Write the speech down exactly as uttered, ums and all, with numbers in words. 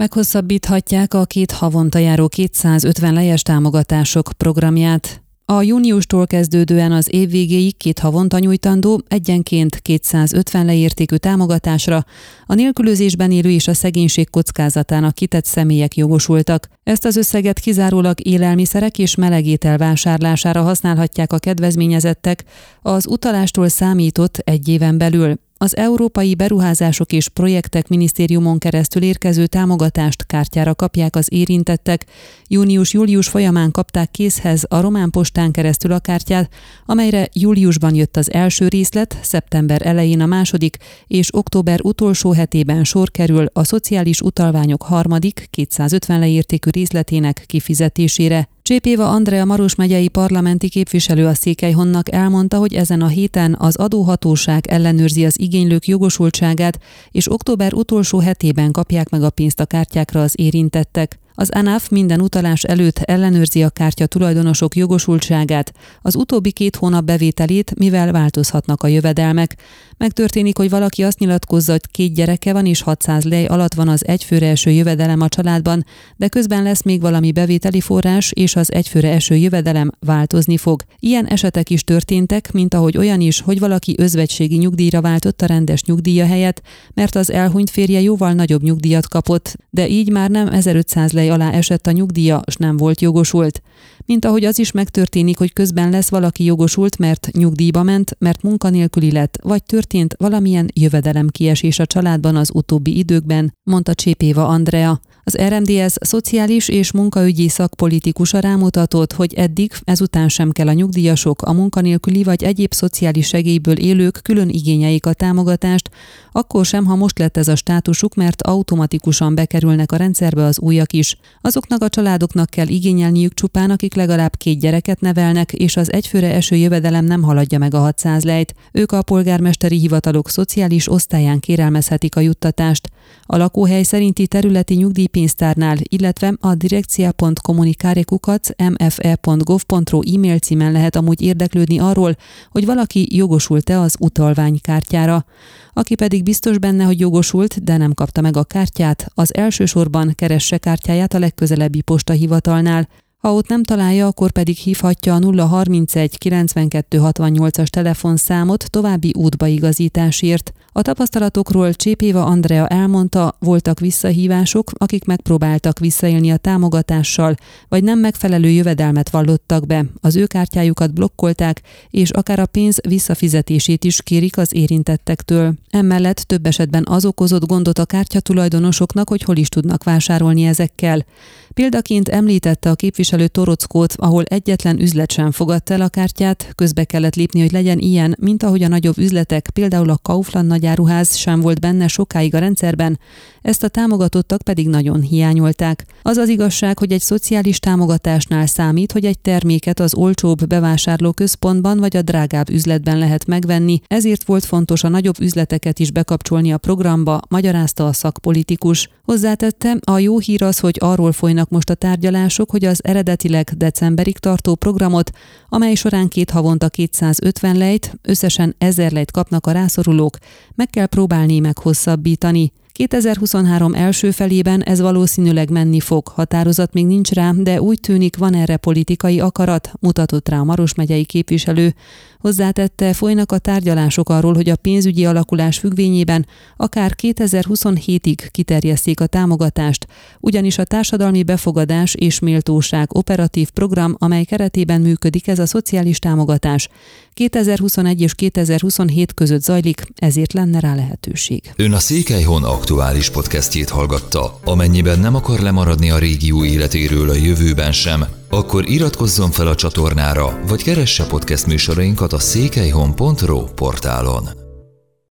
Meghosszabbíthatják a két havonta járó kétszázötven lejes támogatások programját. A júniustól kezdődően az év végéig két havonta nyújtandó, egyenként kétszázötven leértékű támogatásra a nélkülözésben élő és a szegénység kockázatának kitett személyek jogosultak. Ezt az összeget kizárólag élelmiszerek és melegétel vásárlására használhatják a kedvezményezettek az utalástól számított egy éven belül. Az Európai Beruházások és Projektek Minisztériumon keresztül érkező támogatást kártyára kapják az érintettek. Június-július folyamán kapták készhez a román postán keresztül a kártyát, amelyre júliusban jött az első részlet, szeptember elején a második, és október utolsó hetében sor kerül a szociális utalványok harmadik, kétszázötven leértékű részletének kifizetésére. Csépéva Andrea Maros megyei parlamenti képviselő a Székelyhonnak elmondta, hogy ezen a héten az adóhatóság ellenőrzi az igénylők jogosultságát, és október utolsó hetében kapják meg a pénzt a kártyákra az érintettek. Az ANAF minden utalás előtt ellenőrzi a kártya tulajdonosok jogosultságát, az utóbbi két hónap bevételét, mivel változhatnak a jövedelmek. Megtörténik, hogy valaki azt nyilatkozza, hogy két gyereke van és hatszáz lej alatt van az egyfőre eső jövedelem a családban, de közben lesz még valami bevételi forrás, és az egyfőre eső jövedelem változni fog. Ilyen esetek is történtek, mint ahogy olyan is, hogy valaki özvegységi nyugdíjra váltott a rendes nyugdíja helyett, mert az elhunyt férje jóval nagyobb nyugdíjat kapott, de így már nem ezerötszáz lej alá esett a nyugdíja, s nem volt jogosult. Mint ahogy az is megtörténik, hogy közben lesz valaki jogosult, mert nyugdíjba ment, mert munkanélküli lett, vagy történt valamilyen jövedelemkiesés a családban az utóbbi időkben, mondta Csépéva Andrea. Az er em dé es szociális és munkaügyi szakpolitikusa rámutatott, hogy eddig ezután sem kell a nyugdíjasok, a munkanélküli vagy egyéb szociális segélyből élők külön igényeik a támogatást, akkor sem, ha most lett ez a státusuk, mert automatikusan bekerülnek a rendszerbe az újak is. Azoknak a családoknak kell igényelniük csupán, akik legalább két gyereket nevelnek, és az egyfőre eső jövedelem nem haladja meg a hatszáz lejt. Ők a polgármesteri hivatalok szociális osztályán kérelmezhetik a juttatást. A lakóhely szerinti területi nyugdíjpénztárnál, illetve a direkcia pont comunicare kukac em ef e pont gov pont ro e-mail címen lehet amúgy érdeklődni arról, hogy valaki jogosult-e az utalványkártyára. Aki pedig biztos benne, hogy jogosult, de nem kapta meg a kártyát, az elsősorban keresse kártyáját a legközelebbi postahivatalnál. Ha ott nem találja, akkor pedig hívhatja a nulla harmincegy kilencvenkettő hatvannyolcas telefonszámot további útbaigazításért. A tapasztalatokról Csépéva Andrea elmondta, voltak visszahívások, akik megpróbáltak visszaélni a támogatással, vagy nem megfelelő jövedelmet vallottak be, az ő kártyájukat blokkolták, és akár a pénz visszafizetését is kérik az érintettektől. Emellett több esetben az okozott gondot a kártyatulajdonosoknak, hogy hol is tudnak vásárolni ezekkel. Példaként említette a képviselő Torockót, ahol egyetlen üzlet sem fogadta el a kártyát, közbe kellett lépni, hogy legyen ilyen, mint ahogy a nagyobb üzletek, például a Kaufland nagyáruház sem volt benne sokáig a rendszerben, ezt a támogatottak pedig nagyon hiányolták. Az az igazság, hogy egy szociális támogatásnál számít, hogy egy terméket az olcsóbb bevásárlóközpontban vagy a drágább üzletben lehet megvenni, ezért volt fontos a nagyobb üzleteket is bekapcsolni a programba, magyarázta a szakpolitikus. Hozzátette, a jó hír az, hogy arról folynak most a tárgyalások, hogy az eredetileg decemberig tartó programot, amely során két havonta kétszázötven lejt, összesen ezer lejt kapnak a rászorulók, meg kell próbálni meghosszabbítani. kétezer-huszonhárom első felében ez valószínűleg menni fog, határozat még nincs rá, de úgy tűnik, van erre politikai akarat, mutatott rá a Maros megyei képviselő. Hozzátette, folynak a tárgyalások arról, hogy a pénzügyi alakulás függvényében akár kétezer-huszonhétig kiterjesszék a támogatást, ugyanis a társadalmi befogadás és méltóság operatív program, amely keretében működik ez a szociális támogatás, kétezer-huszonegy és kétezer-huszonhét között zajlik, ezért lenne rá lehetőség. Ön a Székelyhon aktuális podcastjét hallgatta. Amennyiben nem akar lemaradni a régió életéről a jövőben sem, akkor iratkozzon fel a csatornára, vagy keresse podcast műsorainkat a székelyhon pont ro portálon.